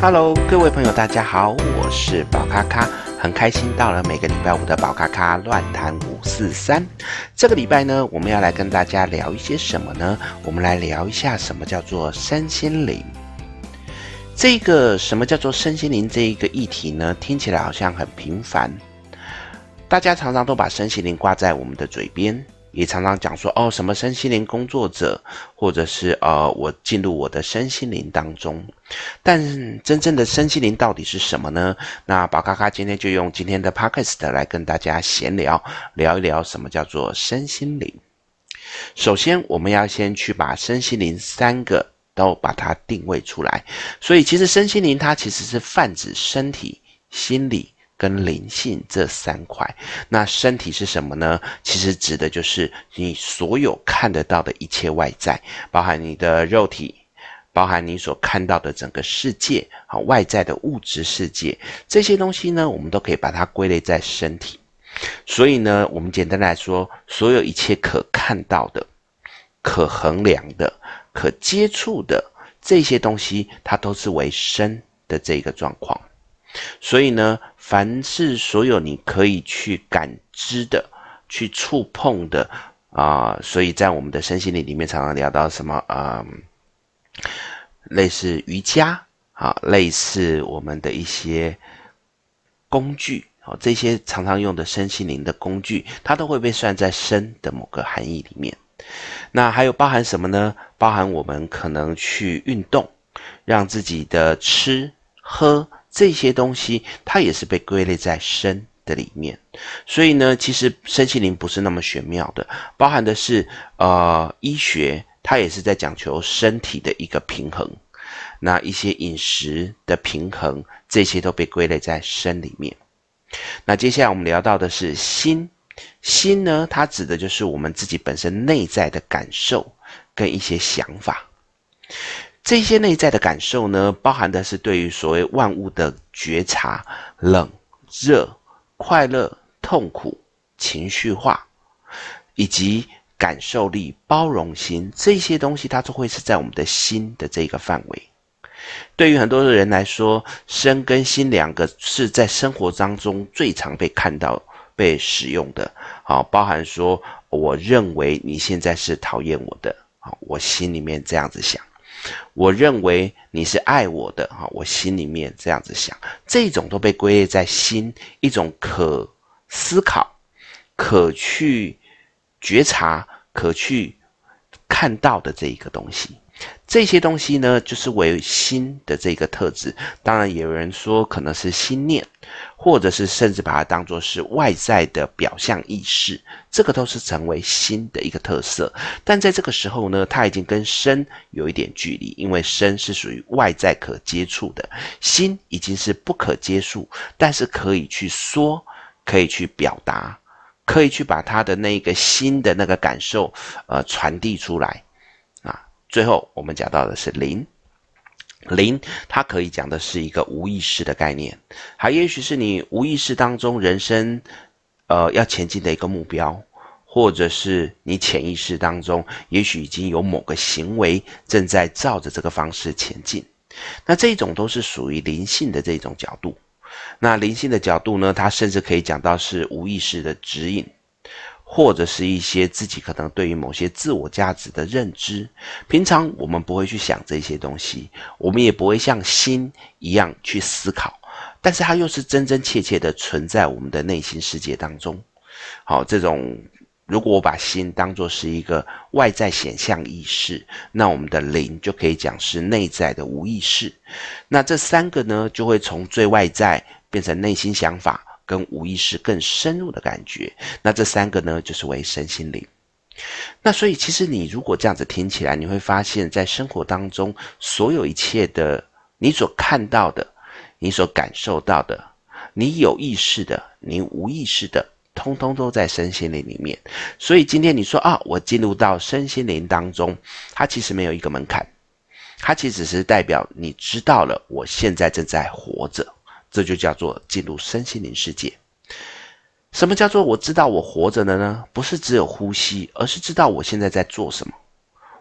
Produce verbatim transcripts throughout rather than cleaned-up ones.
Hello， 各位朋友，大家好，我是宝咖咖，很开心到了每个礼拜五的宝咖咖乱谈五四三。这个礼拜呢，我们要来跟大家聊一些什么呢？我们来聊一下什么叫做身心灵。这个什么叫做身心灵这一个议题呢，听起来好像很平凡，大家常常都把身心灵挂在我们的嘴边，也常常讲说哦，什么身心灵工作者，或者是呃，我进入我的身心灵当中。但真正的身心灵到底是什么呢？那宝咖咖今天就用今天的 podcast 来跟大家闲聊，聊一聊什么叫做身心灵。首先，我们要先去把身心灵三个都把它定位出来。所以，其实身心灵它其实是泛指身体、心理跟灵性这三块。那身体是什么呢？其实指的就是你所有看得到的一切外在，包含你的肉体，包含你所看到的整个世界，外在的物质世界，这些东西呢，我们都可以把它归类在身体。所以呢，我们简单来说，所有一切可看到的、可衡量的、可接触的这些东西，它都是为身的这个状况。所以呢，凡是所有你可以去感知的、去触碰的啊、呃，所以在我们的身心灵里面常常聊到什么啊、呃，类似瑜伽啊，类似我们的一些工具啊，这些常常用的身心灵的工具，它都会被算在身的某个含义里面。那还有包含什么呢？包含我们可能去运动，让自己的吃喝这些东西，它也是被归类在身的里面。所以呢，其实身心灵不是那么玄妙的，包含的是呃医学，它也是在讲求身体的一个平衡。那一些饮食的平衡，这些都被归类在身里面。那接下来我们聊到的是心。心呢，它指的就是我们自己本身内在的感受跟一些想法。这些内在的感受呢，包含的是对于所谓万物的觉察，冷、热、快乐、痛苦、情绪化，以及感受力、包容心，这些东西它都会是在我们的心的这个范围。对于很多的人来说，身跟心两个是在生活当中最常被看到、被使用的。好，包含说，我认为你现在是讨厌我的，好，我心里面这样子想。我认为你是爱我的，我心里面这样子想，这种都被归类在心，一种可思考、可去觉察、可去看到的这一个东西。这些东西呢，就是为心的这个特质。当然也有人说可能是心念，或者是甚至把它当作是外在的表象意识，这个都是成为心的一个特色。但在这个时候呢，它已经跟身有一点距离，因为身是属于外在可接触的，心已经是不可接触，但是可以去说，可以去表达，可以去把它的那个心的那个感受呃传递出来。最后我们讲到的是灵，灵它可以讲的是一个无意识的概念，还也许是你无意识当中人生呃要前进的一个目标，或者是你潜意识当中也许已经有某个行为正在照着这个方式前进。那这种都是属于灵性的这种角度。那灵性的角度呢，它甚至可以讲到是无意识的指引，或者是一些自己可能对于某些自我价值的认知，平常我们不会去想这些东西，我们也不会像心一样去思考，但是它又是真真切切的存在我们的内心世界当中。好，这种如果我把心当作是一个外在显象意识，那我们的灵就可以讲是内在的无意识。那这三个呢，就会从最外在变成内心想法，跟无意识更深入的感觉。那这三个呢，就是为身心灵。那所以其实你如果这样子听起来，你会发现在生活当中所有一切的你所看到的，你所感受到的，你有意识的，你无意识的，通通都在身心灵里面。所以今天你说啊，我进入到身心灵当中，它其实没有一个门槛，它其实只是代表你知道了我现在正在活着，这就叫做进入身心灵世界。什么叫做我知道我活着的呢？不是只有呼吸，而是知道我现在在做什么，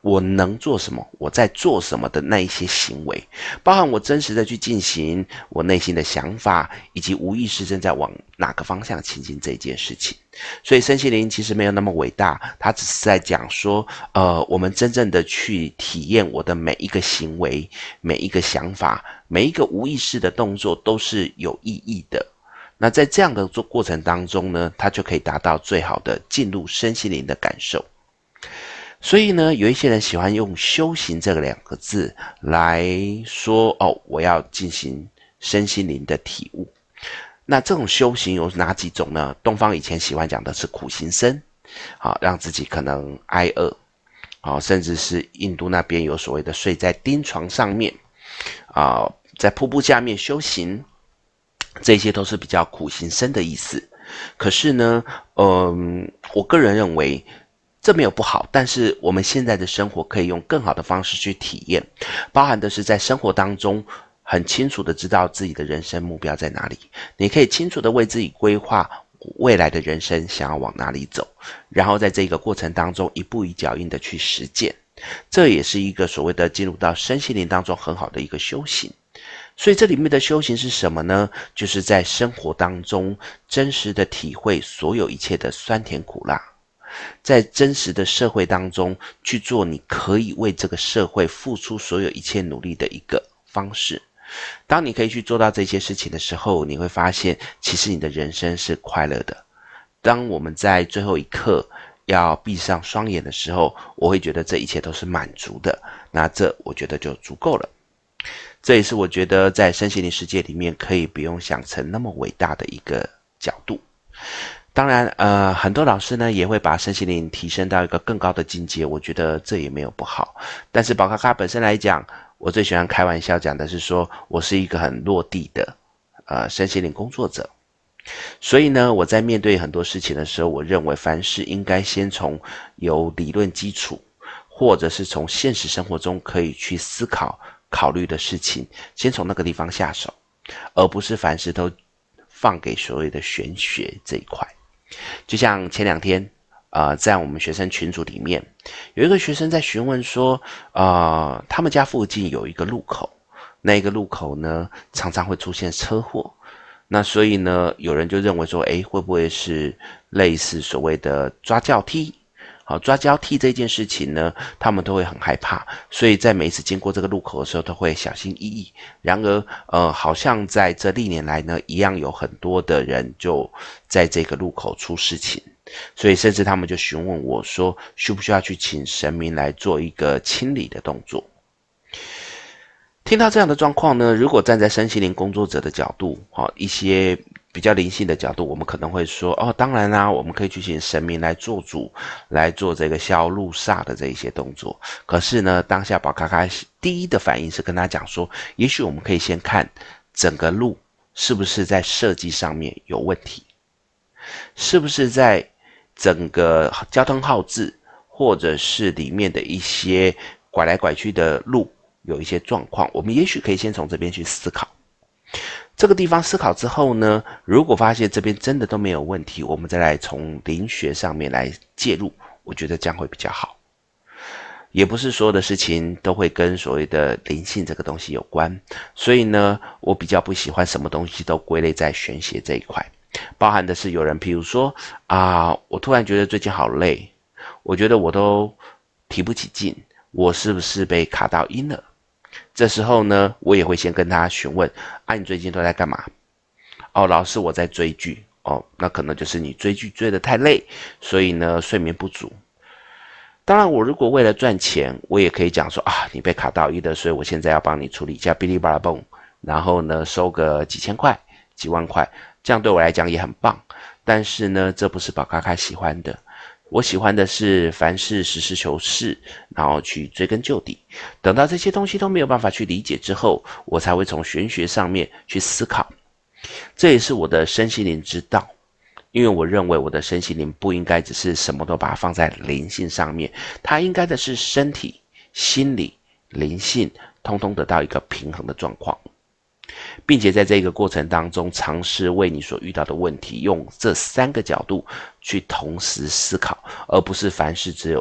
我能做什么，我在做什么的那一些行为，包含我真实的去进行我内心的想法，以及无意识正在往哪个方向前进这件事情。所以身心灵其实没有那么伟大，它只是在讲说，呃，我们真正的去体验我的每一个行为、每一个想法、每一个无意识的动作都是有意义的。那在这样的做过程当中呢，它就可以达到最好的进入身心灵的感受。所以呢，有一些人喜欢用修行这个两个字来说，哦，我要进行身心灵的体悟。那这种修行有哪几种呢？东方以前喜欢讲的是苦行僧，好，让自己可能挨饿，好，甚至是印度那边有所谓的睡在钉床上面，啊，在瀑布下面修行，这些都是比较苦行僧的意思。可是呢，嗯，我个人认为，这没有不好，但是我们现在的生活可以用更好的方式去体验，包含的是在生活当中很清楚的知道自己的人生目标在哪里，你可以清楚的为自己规划未来的人生想要往哪里走，然后在这个过程当中一步一脚印的去实践，这也是一个所谓的进入到身心灵当中很好的一个修行。所以这里面的修行是什么呢？就是在生活当中真实的体会所有一切的酸甜苦辣，在真实的社会当中去做你可以为这个社会付出所有一切努力的一个方式。当你可以去做到这些事情的时候，你会发现其实你的人生是快乐的。当我们在最后一刻要闭上双眼的时候，我会觉得这一切都是满足的，那这我觉得就足够了。这也是我觉得在身心灵世界里面可以不用想成那么伟大的一个角度。当然呃，很多老师呢也会把身心灵提升到一个更高的境界，我觉得这也没有不好。但是宝咖咖本身来讲，我最喜欢开玩笑讲的是说，我是一个很落地的呃身心灵工作者。所以呢，我在面对很多事情的时候，我认为凡事应该先从有理论基础，或者是从现实生活中可以去思考考虑的事情，先从那个地方下手，而不是凡事都放给所谓的玄学这一块。就像前两天呃，在我们学生群组里面，有一个学生在询问说，呃，他们家附近有一个路口，那个路口呢常常会出现车祸，那所以呢，有人就认为说，诶，会不会是类似所谓的抓交替？好，抓交替这件事情呢，他们都会很害怕，所以在每一次经过这个路口的时候，都会小心翼翼。然而，呃，好像在这历年来呢，一样有很多的人就在这个路口出事情，所以甚至他们就询问我说，需不需要去请神明来做一个清理的动作？听到这样的状况呢，如果站在身心灵工作者的角度，哦，一些比较灵性的角度，我们可能会说，哦，当然啦，我们可以去请神明来做主，来做这个消路煞的这一些动作。可是呢，当下宝咖咖第一的反应是跟他讲说，也许我们可以先看整个路是不是在设计上面有问题，是不是在整个交通号志，或者是里面的一些拐来拐去的路有一些状况，我们也许可以先从这边去思考。这个地方思考之后呢，如果发现这边真的都没有问题，我们再来从灵学上面来介入，我觉得这样会比较好。也不是所有的事情都会跟所谓的灵性这个东西有关，所以呢，我比较不喜欢什么东西都归类在玄学这一块。包含的是有人譬如说啊，我突然觉得最近好累，我觉得我都提不起劲，我是不是被卡到阴了？这时候呢，我也会先跟他询问，啊，你最近都在干嘛？哦，老师我在追剧。哦，那可能就是你追剧追得太累，所以呢睡眠不足。当然我如果为了赚钱，我也可以讲说啊，你被卡到阴了，所以我现在要帮你处理一下哔哩吧啦蹦，然后呢收个几千块几万块，这样对我来讲也很棒。但是呢，这不是宝咖咖喜欢的。我喜欢的是凡事实事求是，然后去追根究底。等到这些东西都没有办法去理解之后，我才会从玄学上面去思考。这也是我的身心灵之道，因为我认为我的身心灵不应该只是什么都把它放在灵性上面，它应该的是身体、心理、灵性通通得到一个平衡的状况，并且在这个过程当中尝试为你所遇到的问题用这三个角度去同时思考，而不是凡事只有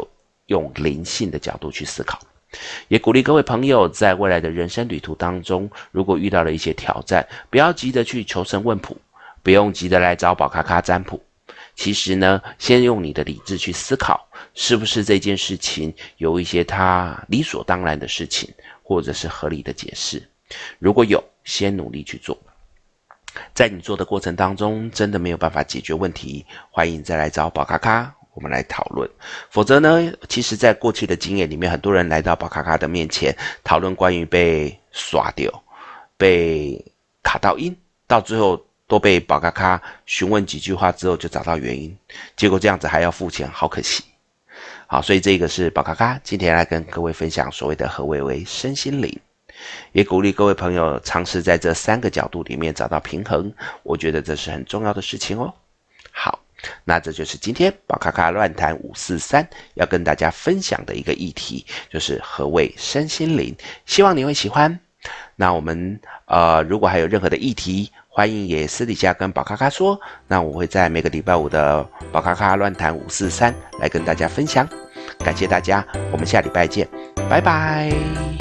用灵性的角度去思考。也鼓励各位朋友在未来的人生旅途当中，如果遇到了一些挑战，不要急着去求神问卜，不用急着来找宝咖咖占卜。其实呢，先用你的理智去思考，是不是这件事情有一些它理所当然的事情，或者是合理的解释。如果有，先努力去做。在你做的过程当中，真的没有办法解决问题，欢迎再来找宝咖咖，我们来讨论。否则呢，其实在过去的经验里面，很多人来到宝咖咖的面前，讨论关于被刷掉、被卡到音，到最后都被宝咖咖询问几句话之后就找到原因，结果这样子还要付钱，好可惜。好，所以这个是宝咖咖今天来跟各位分享所谓的何谓为身心灵，也鼓励各位朋友尝试在这三个角度里面找到平衡，我觉得这是很重要的事情哦。好，那这就是今天宝咖咖乱谈五四三要跟大家分享的一个议题，就是何谓身心灵，希望你会喜欢。那我们呃，如果还有任何的议题，欢迎也私底下跟宝咖咖说，那我会在每个礼拜五的宝咖咖乱谈五四三来跟大家分享。感谢大家，我们下礼拜见，拜拜。